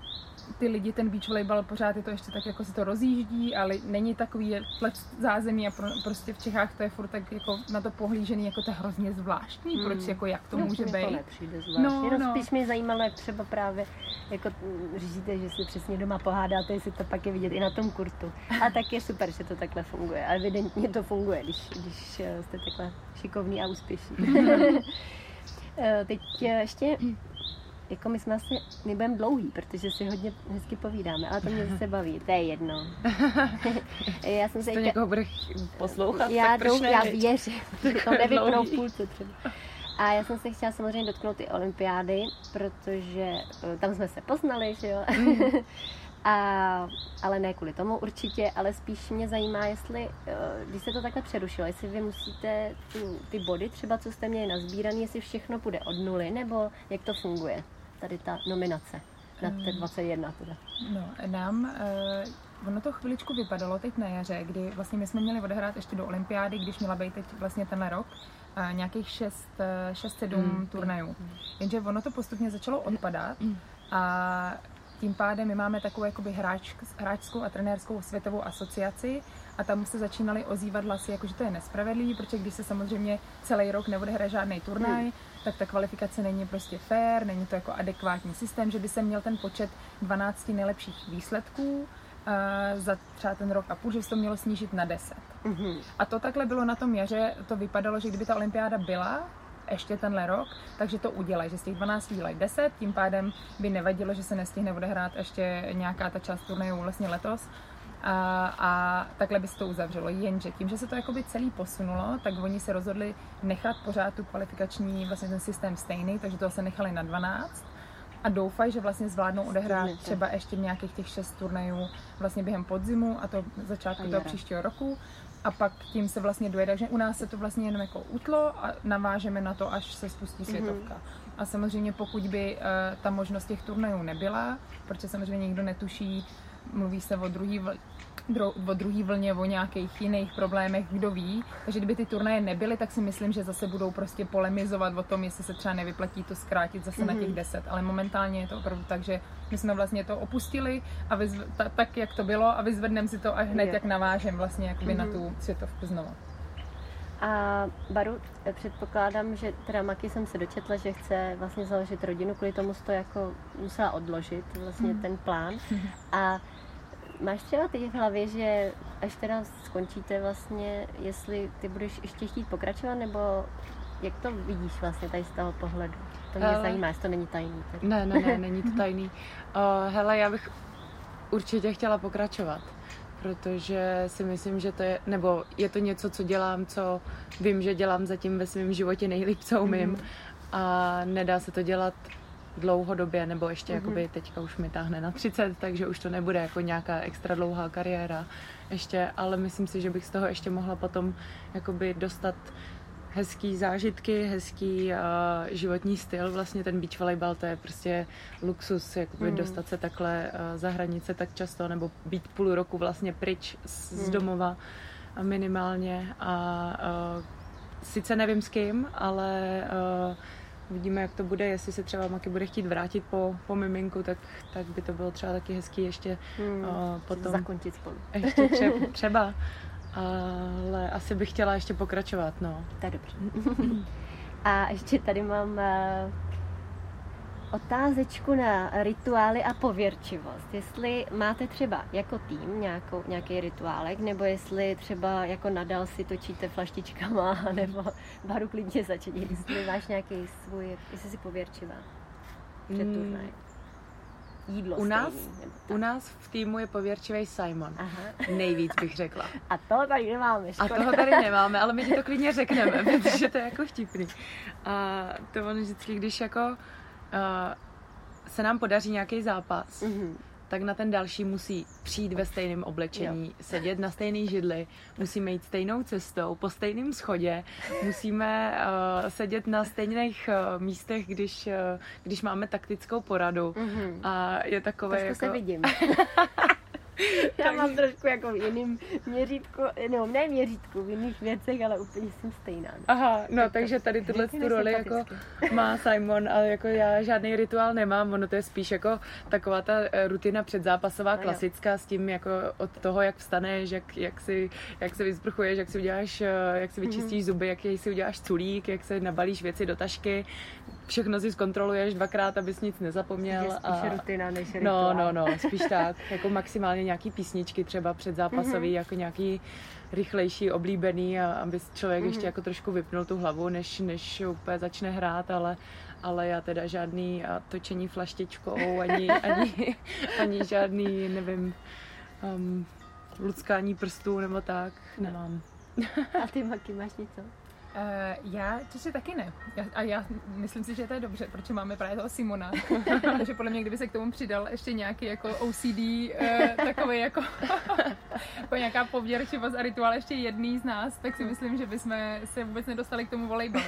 ty lidi, ten beach volejbal pořád je to ještě tak, jako se to rozjíždí, ale není takový let zázemí a pro, prostě v Čechách to je furt tak jako na to pohlížený, jako to je hrozně zvláštní, mm. proč, jako jak to no, může být. To nepřijde zvláštní, no, no. Spíš mě zajímalo, jak třeba právě, jako říříte, že si přesně doma pohádáte, jestli to pak je vidět i na tom kurtu. A tak je super, že to takhle funguje. A evidentně to funguje, když, když jste takhle šikovný a úspěšný. Teď ještě, jako my jsme asi, my budeme dlouhý, protože si hodně hezky povídáme, ale to mě zase baví, to je jedno. Já jsem se to někoho bude poslouchat, já tak proč ne? Já věřím, že to nevypnou v půlce třeba. A já jsem se chtěla samozřejmě dotknout i olympiády, protože tam jsme se poznali, že jo. Mm. A, ale ne kvůli tomu určitě, ale spíš mě zajímá, jestli, když se to takhle přerušilo, jestli vy musíte tu, ty body třeba, co jste měli nazbíraný, jestli všechno půjde od nuly, nebo jak to funguje, tady ta nominace na té dvacet jedna teda. No, nám, uh, ono to chviličku vypadalo teď na jaře, kdy vlastně my jsme měli odehrát ještě do olympiády, když měla být teď vlastně tenhle rok, uh, nějakých šest sedm mm. turnajů. Jenže ono to postupně začalo odpadat a tím pádem my máme takovou jakoby hráč, hráčskou a trenérskou světovou asociaci a tam se začínaly ozývat hlasy, jakože to je nespravedlivý, protože když se samozřejmě celý rok neodehraje žádný turnaj, hmm. tak ta kvalifikace není prostě fair, není to jako adekvátní systém, že by se měl ten počet dvanáct nejlepších výsledků uh, za třeba ten rok a půl, že se to mělo snížit na deset. Hmm. A to takhle bylo na tom jaře, to vypadalo, že kdyby ta olympiáda byla ještě tenhle rok, takže to udělají, že z těch dvanácti dělají deset, tím pádem by nevadilo, že se nestihne odehrát ještě nějaká ta část turnajů vlastně letos a, a takhle by se to uzavřelo. Jenže tím, že se to jakoby celý posunulo, tak oni se rozhodli nechat pořád tu kvalifikační vlastně ten systém stejný, takže to se nechali na dvanáct a doufají, že vlastně zvládnou odehrát třeba ještě nějakých těch šest turnajů vlastně během podzimu a to začátku toho příštího roku. A pak tím se vlastně dojede, takže u nás se to vlastně jenom jako utlo a navážeme na to, až se spustí světovka. Mm-hmm. A samozřejmě pokud by uh, ta možnost těch turnajů nebyla, protože samozřejmě nikdo netuší, mluví se o druhý, vl- dro- o druhý vlně, o nějakých jiných problémech, kdo ví. Takže kdyby ty turnaje nebyly, tak si myslím, že zase budou prostě polemizovat o tom, jestli se třeba nevyplatí to zkrátit zase mm-hmm. na těch deset. Ale momentálně je to opravdu tak, že my jsme vlastně to opustili a vyzv- ta, tak, jak to bylo a vyzvedneme si to až hned, je. jak navážem vlastně jakoby mm-hmm. na tu světovku znovu. A Baru, předpokládám, že teda Maki jsem se dočetla, že chce vlastně založit rodinu, kvůli tomu to jako musela odložit vlastně mm. ten plán. Mm. A máš třeba ty v hlavě, že až teda skončíte vlastně, jestli ty budeš ještě chtít pokračovat, nebo jak to vidíš vlastně tady z toho pohledu? To mě hele. zajímá, jestli to není tajný. Tady. Ne, ne, ne, není to tajný. Uh, hele, já bych určitě chtěla pokračovat. Protože si myslím, že to je, nebo je to něco, co dělám, co vím, že dělám zatím ve svém životě nejlíp, co umím mm. a nedá se to dělat dlouhodobě, nebo ještě mm. jakoby teďka už mi táhne na třicet, takže už to nebude jako nějaká extra dlouhá kariéra ještě, ale myslím si, že bych z toho ještě mohla potom jakoby dostat hezký zážitky, hezký uh, životní styl. Vlastně ten beach volejbal, to je prostě luxus, jakoby mm. dostat se takhle uh, za hranice tak často, nebo být půl roku vlastně pryč z, mm. z domova uh, minimálně. A uh, sice nevím s kým, ale uh, uvidíme, jak to bude, jestli se třeba Maki bude chtít vrátit po, po miminku, tak, tak by to bylo třeba taky hezký ještě mm. uh, potom... Zakončit spolu. Ještě třeba. třeba. Ale asi bych chtěla ještě pokračovat, no. To je dobře. A ještě tady mám uh, otázečku na rituály a pověrčivost. Jestli máte třeba jako tým nějakou, nějaký rituálek, nebo jestli třeba jako nadal si točíte flaštičkama, nebo Baru klidně začít, jestli máš nějaký svůj, jestli si pověrčivá před turnajem. Jídlo u nás, stejný, u nás v týmu je pověrčivý Simon. Aha. Nejvíc bych řekla. A toho tady nemáme. Škoda. A toho tady nemáme, ale my ti to klidně řekneme, protože to je jako vtipný. A to on vždycky, když jako uh, se nám podaří nějaký zápas, mm-hmm. tak na ten další musí přijít ve stejném oblečení, jo. sedět na stejné židli, musíme jít stejnou cestou, po stejném schodě, musíme uh, sedět na stejných uh, místech, když, uh, když máme taktickou poradu. Mm-hmm. A je takové Trošku jako... se vidím. Já mám trošku jako v jiném měřítku, no ne měřítku, v jiných věcech, ale úplně jsem stejná. No. Aha, no tak takže tady tuhle tu roli jako má Simon, ale jako já žádný rituál nemám, ono to je spíš jako taková ta rutina předzápasová, klasická, s tím jako od toho, jak vstaneš, jak, jak, si, jak se vyzprchuješ, jak si uděláš, jak si vyčistíš zuby, jak si uděláš culík, jak se nabalíš věci do tašky, všechno si zkontroluješ dvakrát, abys nic nezapomněl. Je spíš a... rutina než No, rituál. no, no, spíš tak, jako maximálně nějaký písničky třeba předzápasový, mm-hmm. jako nějaký rychlejší, oblíbený, a aby člověk mm-hmm. ještě jako trošku vypnul tu hlavu, než, než úplně začne hrát, ale, ale já teda žádný točení flaštičkou, ani, ani, ani žádný, nevím, um, luckání prstů nebo tak nemám. A ty, Maki, máš něco? Uh, já což taky ne. Já, a já myslím si, že to je dobře, protože máme právě toho Simona. Takže podle mě, kdyby se k tomu přidal ještě nějaký jako O C D, uh, takový jako, jako nějaká pověrčivost a rituál ještě jedný z nás, tak si myslím, že bychom se vůbec nedostali k tomu volejbalu.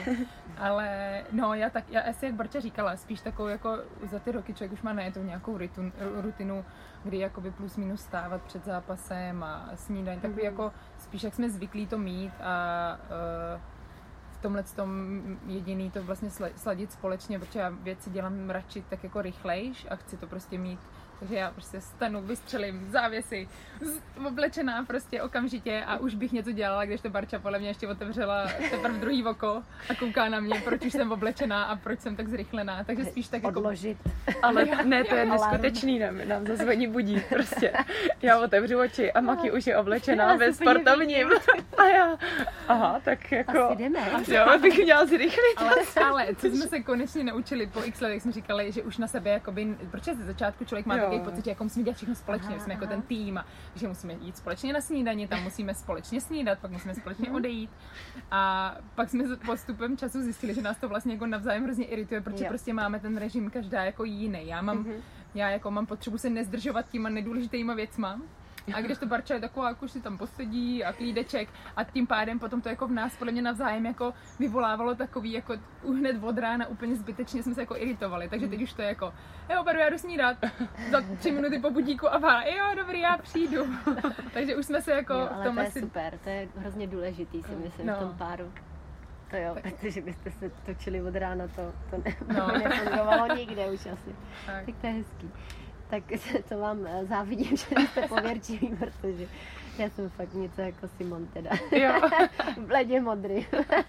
Ale no, já tak, já asi jak Barča říkala, spíš takovou jako za ty roky člověk už má najetou nějakou rutinu, rutinu kdy jakoby plus minus stávat před zápasem a snídaní, takový jako spíš jak jsme zvyklí to mít a uh, v tomhle tom jediný to vlastně sladit společně, protože já věci dělám radši tak jako rychlejš a chci to prostě mít. Takže já prostě stanu, vystřelím závěsy, oblečená prostě okamžitě a už bych něco dělala, když to Barča podle mě ještě otevřela teprve druhý oko a kouká na mě, proč už jsem oblečená a proč jsem tak zrychlená. Takže spíš tak jako... Odložit. Ale ne, to je neskutečný, nám, nám zazvoní budík prostě. Já otevřu oči a Maki už je oblečená ve sportovním. A já, aha, tak jako... Asi jdeme. Jo, bych měla zrychlit. Ale, ale co jsme se konečně naučili po x letech, jsme říkali, že už na sebe jakoby, protože ze začátku člověk má takový pocit, že jako musíme dělat všechno společně, aha, jsme jako ten tým a že musíme jít společně na snídani, tam musíme společně snídat, pak musíme společně odejít. A pak jsme postupem času zjistili, že nás to vlastně jako navzájem hrozně irituje, protože jo. prostě máme ten režim každá jako jiný. Já mám, uh-huh. já jako mám potřebu se nezdržovat těma nedůležitýma věcma. A když to Barča je taková, jako už si tam posedí a klídeček a tím pádem potom to jako v nás podle mě navzájem jako vyvolávalo takový jako hned od rána úplně zbytečně jsme se jako iritovali, takže teď už to je jako jo, Baru, já jdu snídat za tři minuty po budíku a vá, jo, dobrý, já přijdu. Takže už jsme se jako jo, ale v tom to je asi... super, to je hrozně důležitý, si myslím, no. v tom páru. To jo, tak. Protože byste se točili od rána, to, to ne, no. nefungovalo nikde už asi. Tak. tak to je hezký. Tak to vám závidím, že jste pověrčivý, protože já jsem fakt něco jako Simon teda. Jo. Bledě modrý.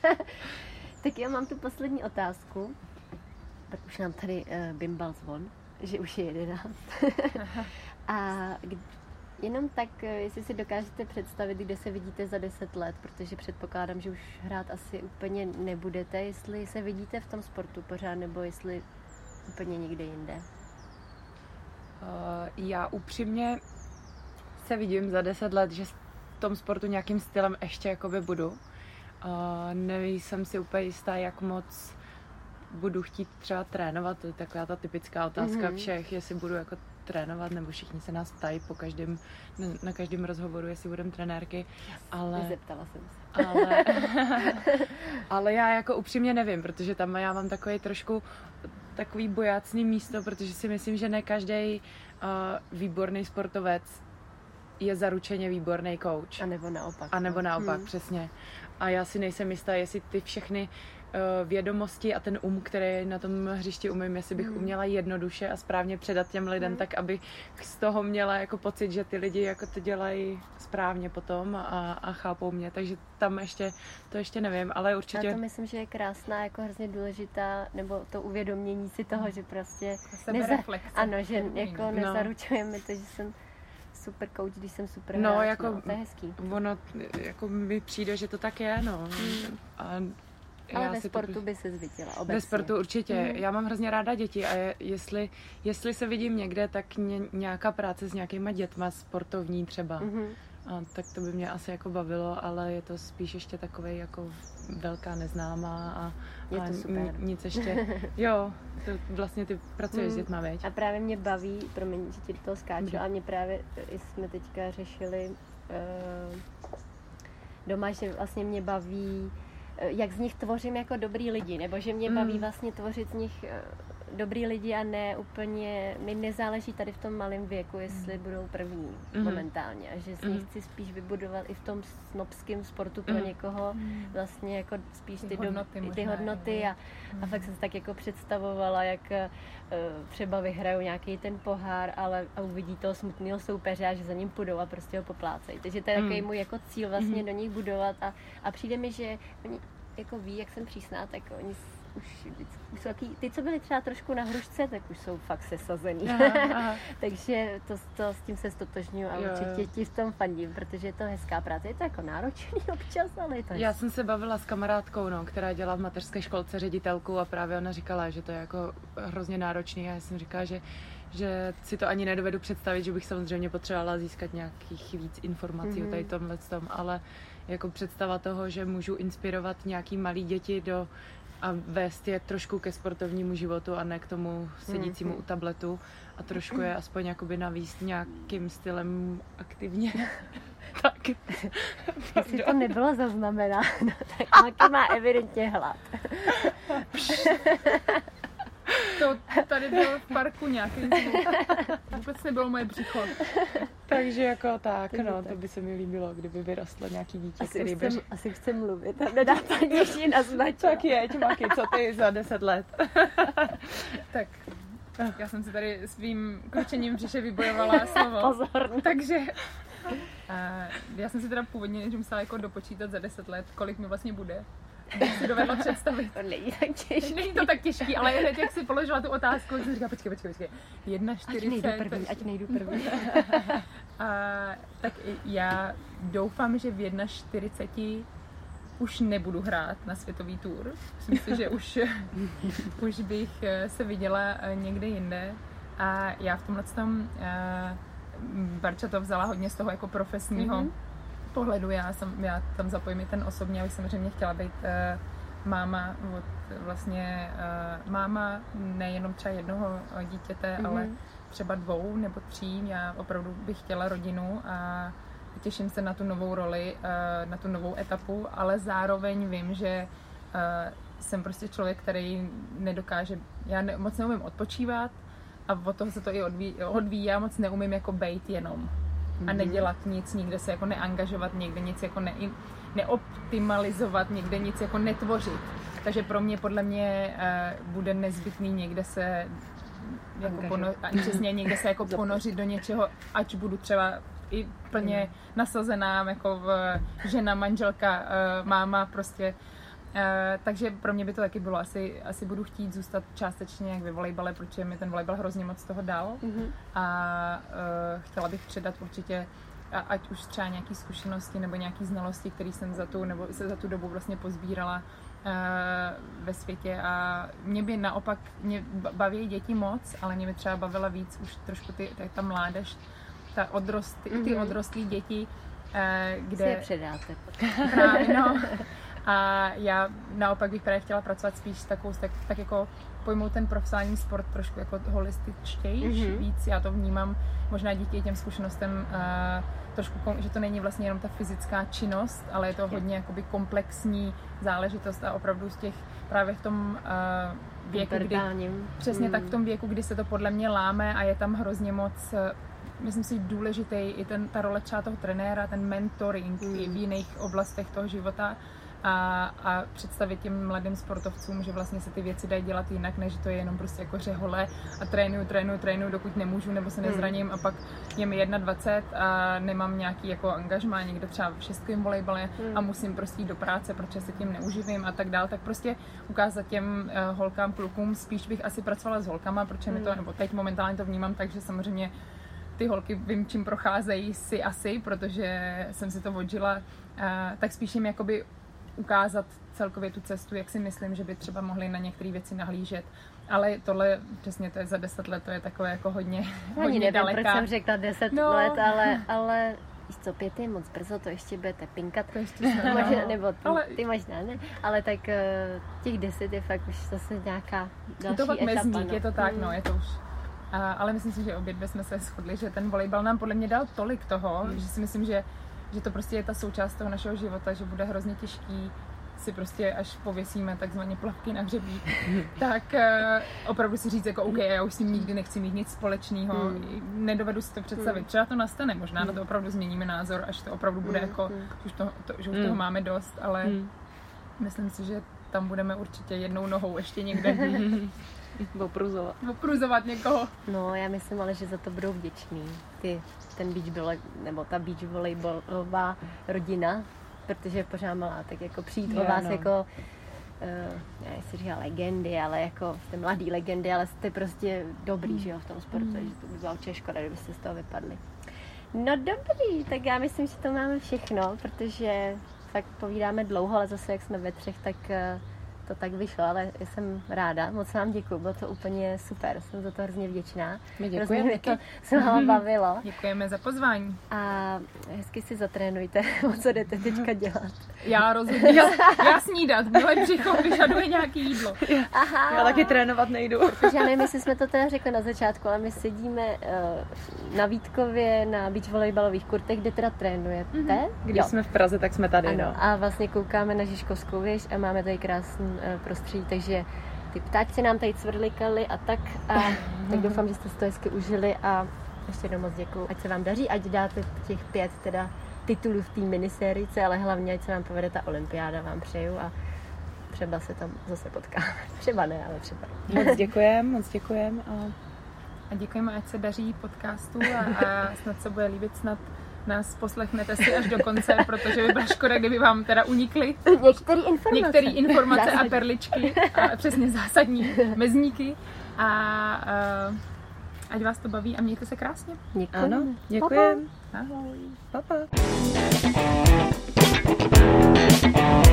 Tak já mám tu poslední otázku. Tak už nám tady uh, bimbal zvon, že už je jedenáct. A jenom tak, jestli si dokážete představit, kde se vidíte za deset let, protože předpokládám, že už hrát asi úplně nebudete, jestli se vidíte v tom sportu pořád, nebo jestli úplně někde jinde. Uh, já upřímně se vidím za deset let, že v tom sportu nějakým stylem ještě jakoby budu. Uh, Nejsem si úplně jistá, jak moc budu chtít třeba trénovat, to je taková ta typická otázka mm-hmm. všech, jestli budu jako trénovat, nebo všichni se nás ptají po každém, na, na každém rozhovoru, jestli budeme trenérky, ale... Nezeptala jsem se. Ale, ale já jako upřímně nevím, protože tam já mám takový trošku takový bojácný místo, protože si myslím, že ne každý uh, výborný sportovec je zaručeně výborný coach. A nebo naopak. A nebo naopak, hmm. přesně. A já si nejsem jistá, jestli ty všechny uh, vědomosti a ten um, který na tom hřišti umím, jestli bych hmm. uměla jednoduše a správně předat těm lidem, hmm. tak aby z toho měla jako pocit, že ty lidi jako to dělají správně potom a, a chápou mě. Takže tam ještě, to ještě nevím, ale určitě... Já to myslím, že je krásná, jako hrozně důležitá, nebo to uvědomění si toho, že prostě... Neza... Ano, že jako no. nezaručujeme to, že jsem super coach, když jsem super hráč, no, jako, no, to je hezký. Ono, jako mi přijde, že to tak je, no. Hmm. A ale já ve si sportu to... by se zvytila, obecně. Ve sportu určitě. Mm. Já mám hrozně ráda děti a je, jestli, jestli se vidím někde, tak ně, nějaká práce s nějakýma dětma, sportovní třeba. Mm-hmm. A tak to by mě asi jako bavilo, ale je to spíš ještě takovej jako velká neznámá a, je to a super. Nic ještě. Jo, to vlastně ty pracuješ mm. s dětma, veď? A právě mě baví, promiň, že ti do toho skáču, mm. a mě právě, jsme teďka řešili uh, doma, že vlastně mě baví, jak z nich tvořím jako dobrý lidi, nebo že mě baví vlastně tvořit z nich dobrý lidi a ne úplně, mi nezáleží tady v tom malém věku, jestli mm. budou první mm. momentálně a že z nich mm. chci spíš vybudovat i v tom snobském sportu pro mm. někoho vlastně jako spíš ty, ty hodnoty, do, ty hodnoty a, mm. a fakt jsem se tak jako představovala, jak uh, třeba vyhrajou nějaký ten pohár, ale a uvidí toho smutného soupeře a že za ním půjdou a prostě ho poplácejí. Takže to je mm. takový můj jako cíl vlastně mm. do nich budovat a, a přijde mi, že oni jako ví, jak jsem přísná, tak oni už, už jsou taký, ty, co byli třeba trošku na hrušce, tak už jsou fakt sesazený. Aha, aha. Takže to, to, s tím se stotožňuji a jo, určitě ti v tom fandím, protože je to hezká práce. Je to jako náročný občas, ale je to hezká. Já jsem se bavila s kamarádkou, no, která dělá v mateřské školce ředitelku a právě ona říkala, že to je jako hrozně náročný a já jsem říkala, že že si to ani nedovedu představit, že bych samozřejmě potřebovala získat nějakých víc informací mm-hmm. o tady tomhletom, ale jako představa toho, že můžu inspirovat nějaký malý děti do a vést je trošku ke sportovnímu životu a ne k tomu sedícímu mm-hmm. u tabletu a trošku je aspoň jakoby navíc nějakým stylem aktivně. Tak. Jestli to nebylo zaznamenáno, tak Maki má evidentně hlad. To tady bylo v parku nějaký zvuk. Vůbec nebylo moje břicho. Takže jako tak, no, to by se mi líbilo, kdyby vyrostlo nějaký dítě, asi který by... by... Asi chce mluvit a nedá to nější naznačit. Tak jeď, Maki, co ty za deset let? Tak, já jsem si tady svým kručením břiše vybojovala slovo. Pozor. Takže... A já jsem si teda původně musela jako dopočítat za deset let, kolik mi vlastně bude. Bych si dovedla představit. To není tak těžký. Není to tak těžký, ale hned jak si položila tu otázku, tak jsem říkala, počkej, počkej, počkej. jedna čtyřicet. Ať nejdu první, ať nejdu první. A tak já doufám, že v čtyřicet jedna už nebudu hrát na světový tour. Myslím si, že už, už bych se viděla někde jinde. A já v tomhle tom Barča to vzala hodně z toho jako profesního mm-hmm. pohledu. Já, jsem, já tam zapojím i ten osobní, abych samozřejmě chtěla být uh, máma, od, vlastně uh, máma nejenom třeba jednoho dítěte, mm-hmm. ale třeba dvou nebo tří. Já opravdu bych chtěla rodinu a těším se na tu novou roli, uh, na tu novou etapu, ale zároveň vím, že uh, jsem prostě člověk, který nedokáže, já ne, moc neumím odpočívat a od toho se to i odvíjí, odvíjí. Já moc neumím jako bejt jenom a nedělat nic, nikde se jako neangažovat, někde nic jako ne, neoptimalizovat, někde nic jako netvořit. Takže pro mě, podle mě uh, bude nezbytný někde se jako pono, přesně někde se jako ponořit do něčeho, ať budu třeba i plně mm. nasazená, jako v, žena, manželka, uh, máma, prostě. Uh, takže pro mě by to taky bylo, asi, asi budu chtít zůstat částečně jak ve volejbale, protože mi ten volejbal hrozně moc toho dal mm-hmm. a uh, chtěla bych předat určitě a ať už třeba nějaké zkušenosti nebo nějaké znalosti, které jsem za tu, nebo se za tu dobu vlastně pozbírala uh, ve světě a mě by naopak, mě baví děti moc, ale mě by třeba bavila víc už trošku ty, ty, ta mládež, ta odrost, ty, mm-hmm. ty odrostlí děti, uh, kde... Si je předáte. Právě, no. A já naopak bych právě chtěla pracovat spíš s takovou, tak, tak jako pojmout ten profesionální sport trošku jako holističtější, mm-hmm. víc. Já to vnímám možná díky těm zkušenostem uh, trošku, že to není vlastně jenom ta fyzická činnost, ale je to hodně jakoby komplexní záležitost a opravdu z těch právě v tom uh, věku, kdy, přesně mm. tak v tom věku, kdy se to podle mě láme a je tam hrozně moc, myslím si, důležitý i ten, ta role třeba toho trenéra, ten mentoring mm. i v jiných oblastech toho života. A, a představit těm mladým sportovcům, že vlastně se ty věci dají dělat jinak, než to je jenom prostě jako řehole a trénuju, trénuju, trénuju, dokud nemůžu nebo se nezraním hmm. a pak je mi dvacet jedna a nemám nějaký jako angažmá někde třeba v šestkovém volejbale hmm. a musím prostě jít do práce, protože se tím neuživím a tak dál, tak prostě ukázat těm uh, holkám, klukům, spíš bych asi pracovala s holkama, protože mi to, nebo teď momentálně to vnímám, takže samozřejmě ty holky vím, čím procházejí si asi, protože jsem si to odžila, uh, tak spíš jim jakoby ukázat celkově tu cestu, jak si myslím, že by třeba mohli na některé věci nahlížet. Ale tohle, přesně to je za deset let, to je takové jako hodně, hodně Ani nevím, daleká. proč jsem řekla deset no. let, ale, ale víš co, pět je moc brzo, to ještě budete pinkat. To ještě snad, možná, nebo ty, ale... ty možná ne, ale tak těch deset je fakt už zase nějaká další je to fakt etapa. Mezník, no. je to tak, mm. no, je to už. A, ale myslím si, že obě dvě jsme se shodli, že ten volejbal nám podle mě dal tolik toho, mm. že si myslím, že že to prostě je ta součást toho našeho života, že bude hrozně těžký si prostě až pověsíme takzvaně plavky na hřebík, tak uh, opravdu si říct jako OK, já už s ním nikdy nechci mít nic společného, hmm. nedovedu si to představit. Třeba to nastane, možná hmm. na to opravdu změníme názor, až to opravdu bude hmm. jako, že už, to, to, že už hmm. toho máme dost, ale hmm. myslím si, že tam budeme určitě jednou nohou ještě někde opruzovat. Opruzovat někoho. No, já myslím ale, že za to budou vděční. Ty, ten beach volej, nebo ta beach volejbalová rodina, protože je pořád malá, tak jako přijít o vás no. jako, uh, já si říkám legendy, ale jako jste mladý legendy, ale jste prostě dobrý, mm. že jo, v tom sportu, mm. že to by byla určitě škoda, kdybyste z toho vypadli. No dobrý, tak já myslím, že to máme všechno, protože fakt povídáme dlouho, ale zase jak jsme ve třech, tak uh, to tak vyšlo, ale jsem ráda, moc vám děkuju, bylo to úplně super, jsem za to hrozně vděčná. My děkujeme. Hrozně mě to s váma bavilo. Děkujeme za pozvání. A hezky si zatrénujte, o co jdete teďka dělat. Já rozhodně, já, já snídat, moje břicho vyžaduje nějaké jídlo. Aha. Já taky trénovat nejdu. Protože já nevím, jestli jsme to teda řekli na začátku, ale my sedíme uh, na Vítkově na beach volejbalových kurtech, kde teda trénujete. Mm-hmm. Když jo. jsme v Praze, tak jsme tady. Ano, no. A vlastně koukáme na Žižkovskou věž a máme tady krásný uh, prostředí, takže ty ptáčci nám tady cvrlikaly a tak. A tak doufám, že jste si to hezky užili a ještě jednou moc děkuju. Ať se vám daří, ať dáte těch pět teda titulů v té minisérice, ale hlavně, ať se vám povede ta olympiáda, vám přeju a třeba se tam zase potkáme. Třeba ne, ale třeba. Moc děkujem, moc děkujem. A, a děkujeme, ať se daří podcastu a, a snad se bude líbit, snad nás poslechnete si až do konce, protože by byla škoda, kdyby vám teda unikly některé informace, některé informace a perličky, a přesně zásadní mezníky. A, a ať vás to baví a mějte se krásně. Děkuji. Ano, děkujem. Ahoj. Pa, pa.